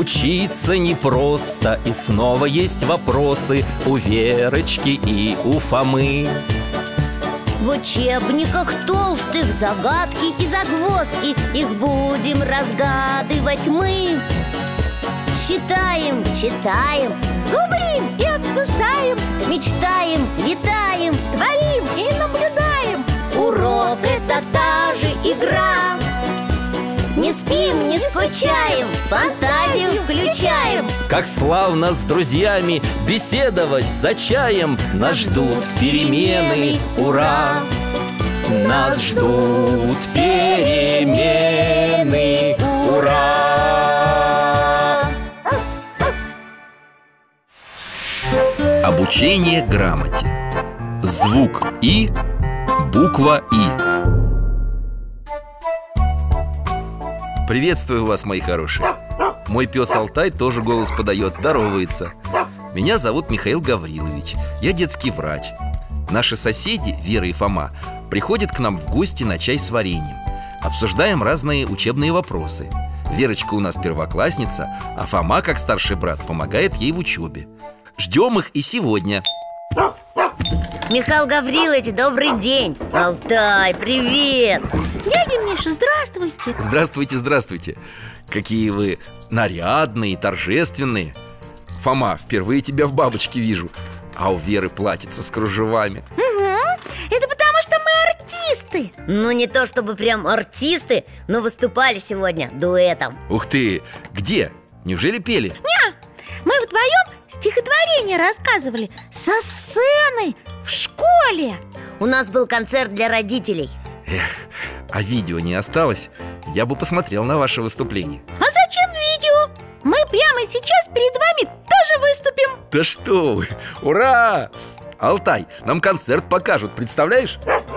Учиться непросто, и снова есть вопросы у Верочки и у Фомы. В учебниках толстых загадки и загвоздки, их будем разгадывать мы. Считаем, читаем, зубрим и обсуждаем, мечтаем, летаем, творим и наблюдаем. Урок — это та же игра. Не спим, не скучаем, фантазию включаем. Как славно с друзьями беседовать за чаем. Нас ждут перемены, ура! Нас ждут перемены, ура! Обучение грамоте. Звук И, буква И. Приветствую вас, мои хорошие. Мой пес Алтай тоже голос подает, здоровается. Меня зовут Михаил Гаврилович. Я детский врач. Наши соседи, Вера и Фома, приходят к нам в гости на чай с вареньем. Обсуждаем разные учебные вопросы. Верочка у нас первоклассница, а Фома, как старший брат, помогает ей в учебе. Ждем их и сегодня. Михаил Гаврилович, добрый день. Алтай, привет. Дядя Миша, здравствуйте. Здравствуйте, здравствуйте. Какие вы нарядные, торжественные. Фома, впервые тебя в бабочке вижу. А у Веры платьице с кружевами. Угу. Это потому что мы артисты. Ну, не то чтобы прям артисты, но выступали сегодня дуэтом. Ух ты, где? Неужели пели? Не, мы вдвоем стихотворение рассказывали со сцены в школе. У нас был концерт для родителей. Эх, а видео не осталось? Я бы посмотрел на ваше выступление. А зачем видео? Мы прямо сейчас перед вами тоже выступим. Да что вы, ура! Алтай, нам концерт покажут, представляешь?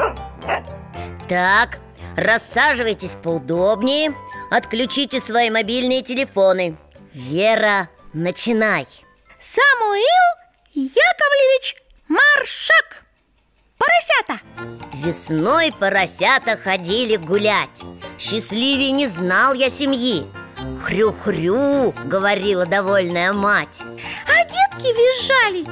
Так, рассаживайтесь поудобнее. Отключите свои мобильные телефоны. Вера, начинай. Самуил Яковлевич Маршак. Поросята. Весной поросята ходили гулять. Счастливее не знал я семьи. Хрю-хрю, говорила довольная мать. А детки визжали.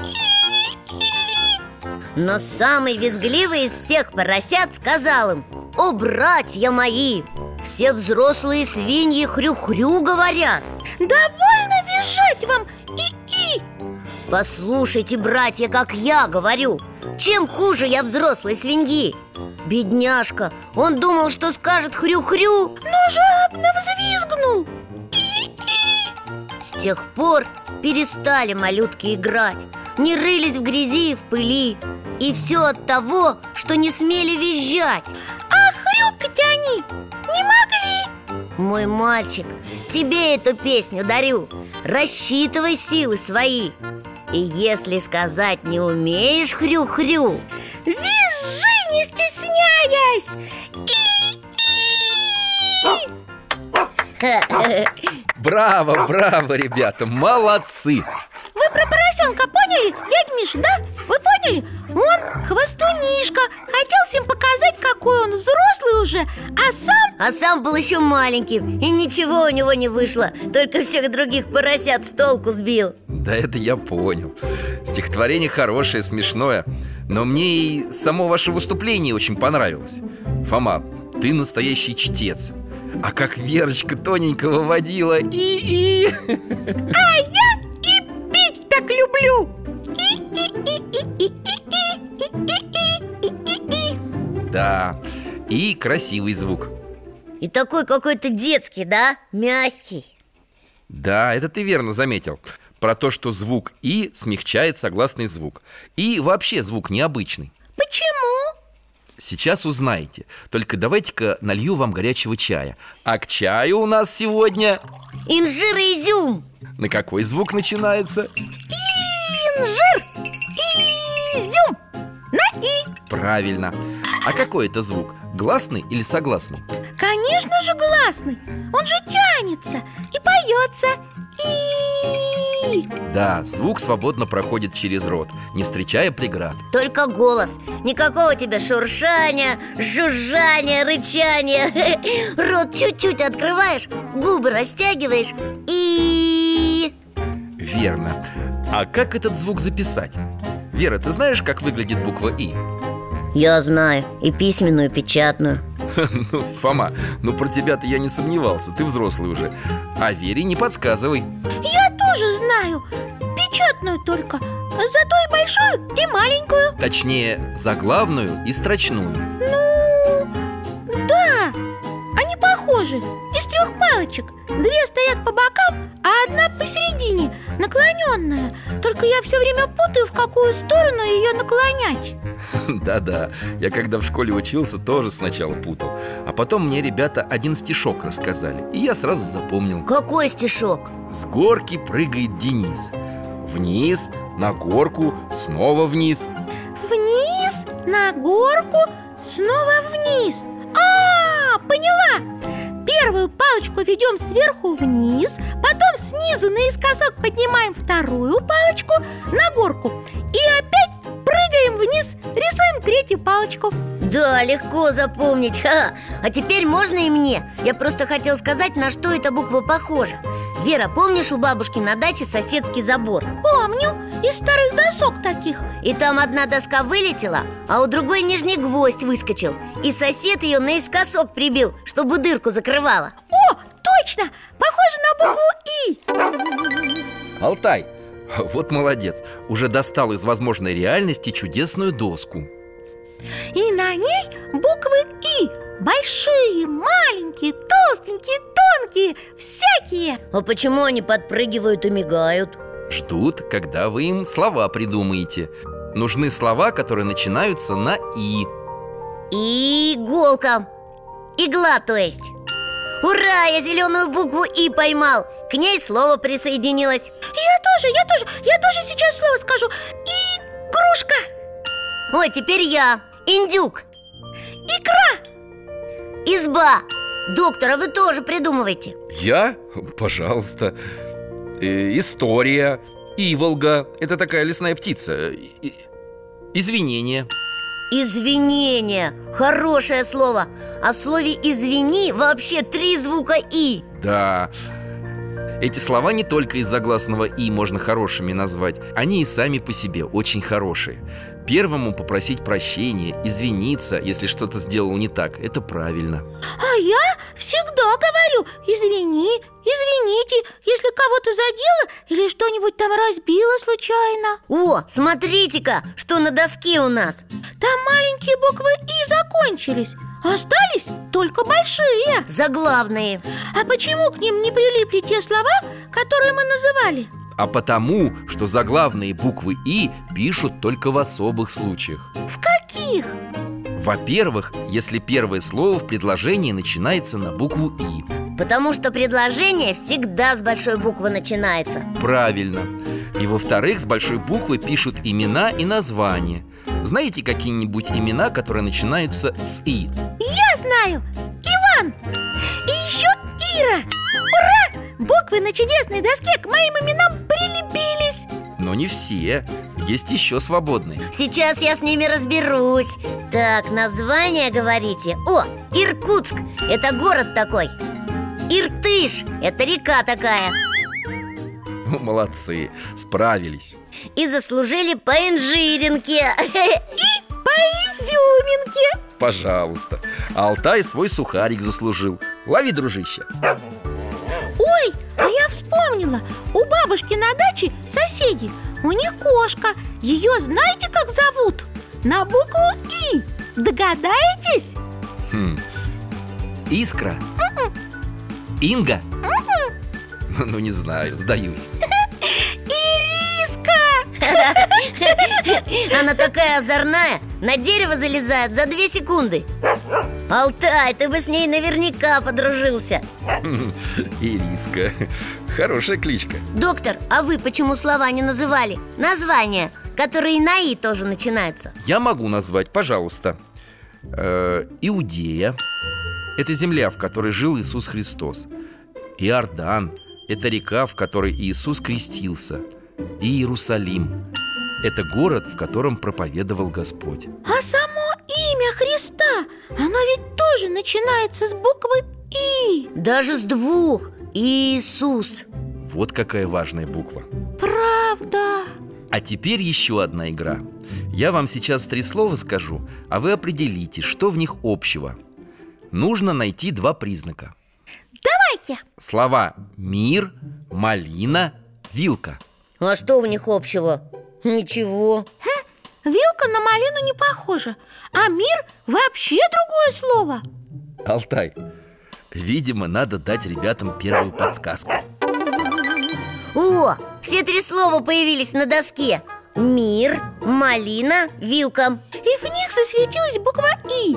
Но самый визгливый из всех поросят сказал им: «О, братья мои, все взрослые свиньи хрю-хрю говорят». Довольно визжать вам, и-и. Послушайте, братья, как я говорю. Чем хуже я взрослой свиньи? Бедняжка, он думал, что скажет хрю-хрю, но жадно взвизгнул. С тех пор перестали малютки играть, не рылись в грязи и в пыли. И все от того, что не смели визжать. А хрюкать они не могли. Мой мальчик, тебе эту песню дарю. Рассчитывай силы свои. И если сказать не умеешь хрю-хрю, визжи, не стесняясь. Браво, браво, ребята, молодцы. Вы про поросенка поняли, дядя Миша, да? Вы поняли? Он хвостунишка. Хотел всем показать, какой он взрослый уже. А сам был еще маленьким. И ничего у него не вышло. Только всех других поросят с толку сбил. Да это я понял. Стихотворение хорошее, смешное. Но мне и само ваше выступление очень понравилось. Фома, ты настоящий чтец. А как Верочка тоненько выводила А я и пить так люблю. Да, и красивый звук. И такой какой-то детский, да? Мягкий. Да, это ты верно заметил. Про то, что звук «и» смягчает согласный звук. И вообще звук необычный. Почему? Сейчас узнаете. Только давайте-ка налью вам горячего чая. А к чаю у нас сегодня... инжир и изюм. На какой звук начинается? Инжир, изюм. На «и». Правильно. А какой это звук? Гласный или согласный? Конечно же гласный. Он же тянется и поется. И И. Да, звук свободно проходит через рот, не встречая преград. Только голос. Никакого тебе шуршания, жужжания, рычания. Рот чуть-чуть открываешь, губы растягиваешь и... Верно. А как этот звук записать? Вера, ты знаешь, как выглядит буква «И»? Я знаю, и письменную, и печатную. Ну, Фома, ну про тебя-то я не сомневался, ты взрослый уже. А Вере не подсказывай. Я тоже знаю. Печатную только. Зато и большую, и маленькую. Точнее, заглавную и строчную. Ну, да, они похожи. Из 3 палочек. 2 стоят по бокам, а одна посередине, наклоненная. Только я все время путаю, в какую сторону ее наклонять. Да-да, я когда в школе учился, тоже сначала путал. А потом мне ребята один стишок рассказали, и я сразу запомнил. Какой стишок? С горки прыгает Денис. Вниз, на горку, снова вниз. Вниз, на горку, снова вниз. Поняла! Первую палочку ведем сверху вниз, потом снизу наискосок поднимаем вторую палочку на горку и опять прыгаем вниз, рисуем 3-ю палочку. Да, легко запомнить. А теперь можно и мне? Я просто хотел сказать, на что эта буква похожа. Вера, помнишь, у бабушки на даче соседский забор? Помню, из старых досок таких. И там одна доска вылетела, а у другой нижний гвоздь выскочил. И сосед ее наискосок прибил, чтобы дырку закрывала. О, точно! Похоже на букву «И». Алтай, вот молодец, уже достал из возможной реальности чудесную доску. И на ней буквы «И». Большие, маленькие, толстенькие, тонкие, всякие. А почему они подпрыгивают и мигают? Ждут, когда вы им слова придумаете. Нужны слова, которые начинаются на «И». Иголка. Игла, то есть. Ура, я зеленую букву «И» поймал. К ней слово присоединилось. Я тоже сейчас слово скажу. Игрушка. Ой, теперь я. Индюк. Икра. Изба. Доктор, а вы тоже придумывайте. Я? Пожалуйста. История. Иволга. Это такая лесная птица. Извинение. Извинение. Хорошее слово. А в слове «извини» вообще 3 звука «И». Да. Эти слова не только из загласного «и» можно хорошими назвать. Они и сами по себе очень хорошие. Первому попросить прощения, извиниться, если что-то сделал не так. Это правильно. А я всегда говорю: извини, извините, если кого-то задела или что-нибудь там разбила случайно. О, смотрите-ка, что на доске у нас. Там маленькие буквы «И» закончились. Остались только большие. Заглавные. А почему к ним не прилипли те слова, которые мы называли? А потому, что заглавные буквы «И» пишут только в особых случаях. В каких? Во-первых, если первое слово в предложении начинается на букву «И». Потому что предложение всегда с большой буквы начинается. Правильно. И во-вторых, с большой буквы пишут имена и названия. Знаете какие-нибудь имена, которые начинаются с «И»? Я знаю! Иван! И еще Ира! Ура! Буквы на чудесной доске к моим именам прилепились. Но не все. Есть еще свободные. Сейчас я с ними разберусь. Так, название говорите. О, Иркутск. Это город такой. Иртыш. Это река такая. Молодцы, справились. И заслужили по инжиринке. И по изюминке. Пожалуйста. А Алтай свой сухарик заслужил. Лови, дружище. Ой, а я вспомнила. У бабушки на даче соседи. У них кошка. Ее знаете, как зовут? На букву «И». Догадаетесь? Искра? Инга? Ну, не знаю, сдаюсь. Ириска! Она такая озорная. На дерево залезает за 2 секунды. Алтай, ты бы с ней наверняка подружился. Ириска. Хорошая кличка. Доктор, а вы почему слова не называли? Названия, которые на «И» тоже начинаются. Я могу назвать, пожалуйста. Иудея. Это земля, в которой жил Иисус Христос. Иордан. – это река, в которой Иисус крестился. И Иерусалим – это город, в котором проповедовал Господь. А само имя Христа, оно ведь тоже начинается с буквы «И». Даже с двух. Иисус. Вот какая важная буква. Правда. А теперь еще одна игра. Я вам сейчас 3 слова скажу, а вы определите, что в них общего. Нужно найти 2 признака. Давайте. Слова «мир», «малина», «вилка». А что в них общего? Ничего. Вилка на малину не похожа, а мир вообще другое слово. Алтай, видимо, надо дать ребятам первую подсказку. О, все 3 слова появились на доске. Мир, малина, вилка. И в них засветилась буква «И».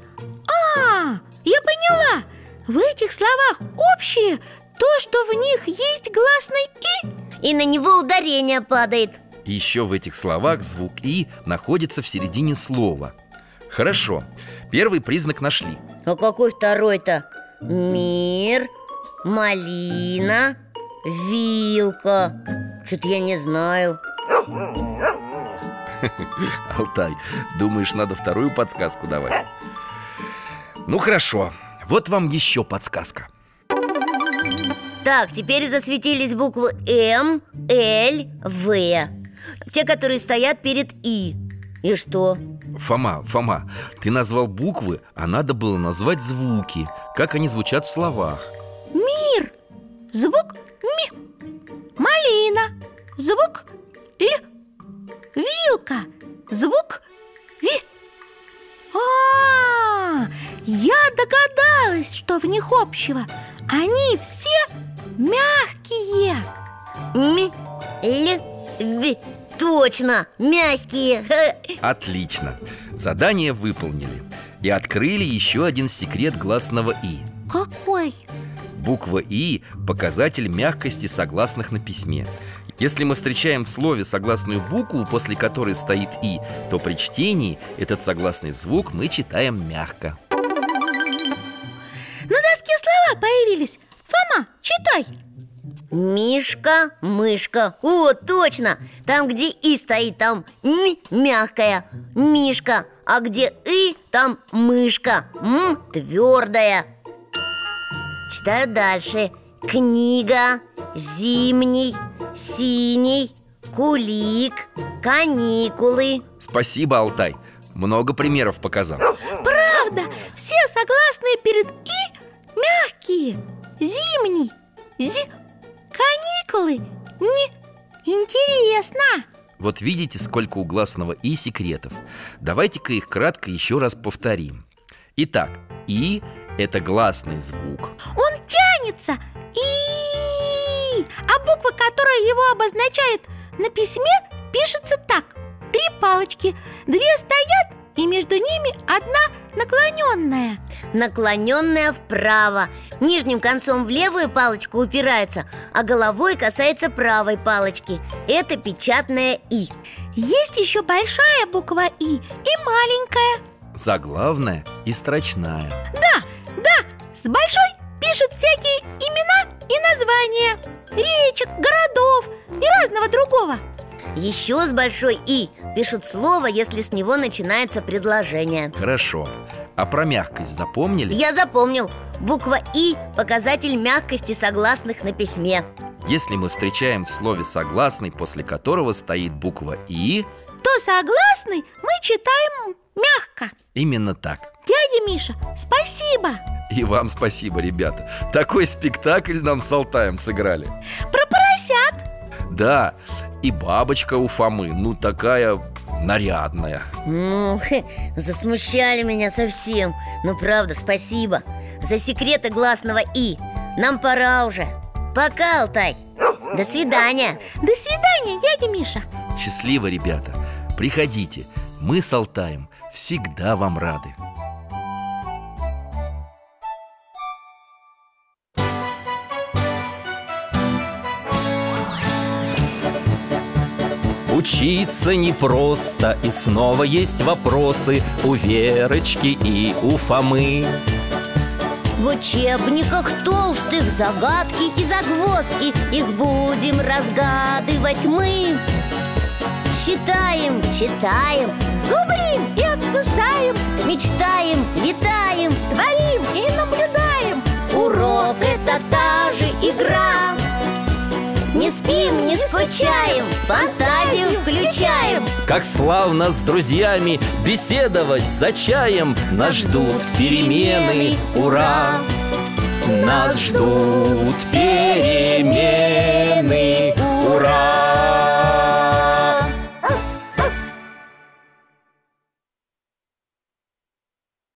Я поняла. В этих словах общее то, что в них есть гласный «И». И на него ударение падает. Еще в этих словах звук «и» находится в середине слова. Хорошо, первый признак нашли. А какой второй-то? Мир, малина, вилка. Что-то я не знаю. Алтай, думаешь, надо вторую подсказку давать? Ну хорошо, вот вам еще подсказка. Так, теперь засветились буквы М, Л, В. Те, которые стоят перед «И». И что? Фома, ты назвал буквы, а надо было назвать звуки. Как они звучат в словах. Мир. Звук «Ми». Малина. Звук «Л». Вилка. Звук «Ви». Я догадалась, что в них общего. Они все мягкие. Ми, Л, В. Точно, мягкие. Отлично, задание выполнили. И открыли еще один секрет гласного «и». Какой? Буква «и» – показатель мягкости согласных на письме. Если мы встречаем в слове согласную букву, после которой стоит «и», то при чтении этот согласный звук мы читаем мягко. На доске слова появились. Фома, читай. Мишка, мышка. О, точно. Там, где «и» стоит, там «м» мягкая, Мишка. А где «и», там мышка, «м» твердая. Читаю дальше. Книга, зимний, синий, кулик, каникулы. Спасибо, Алтай, много примеров показал. Правда, все согласные перед «и» мягкие. Зимний, каникулы, не. Интересно. Вот видите, сколько у гласного «и» секретов. Давайте-ка их кратко еще раз повторим. Итак, «и» – это гласный звук. Он тянется. И. А буква, которая его обозначает на письме, пишется так. 3 палочки. 2 стоят, и между ними одна наклоненная. Наклоненная вправо. Нижним концом в левую палочку упирается, а головой касается правой палочки. Это печатное «и». Есть еще большая буква «и» и маленькая. Заглавная и строчная. Да, с большой пишут всякие имена и названия речек, городов и разного другого. Еще с большой «и» пишут слово, если с него начинается предложение. Хорошо. А про мягкость запомнили? Я запомнил. Буква «и» – показатель мягкости согласных на письме. Если мы встречаем в слове согласный, после которого стоит буква «и», то согласный мы читаем мягко. Именно так. Дядя Миша, спасибо. И вам спасибо, ребята. Такой спектакль нам с Алтаем сыграли. Про поросят. Да, и бабочка у Фомы, ну такая нарядная. Засмущали меня совсем. Ну правда, спасибо за секреты гласного «и». Нам пора уже. Пока, Алтай. До свидания. До свидания, дядя Миша. Счастливо, ребята. Приходите, мы с Алтаем всегда вам рады. Учиться непросто, и снова есть вопросы у Верочки и у Фомы. В учебниках толстых загадки и загвоздки, их будем разгадывать мы. Считаем, читаем, Зубрим и обсуждаем, мечтаем, летаем. творим и наблюдаем. Урок — это та же игра. Не спим, не скучаем, фантазию включаем. Как славно с друзьями беседовать за чаем. Нас ждут перемены, ура! Нас ждут перемены,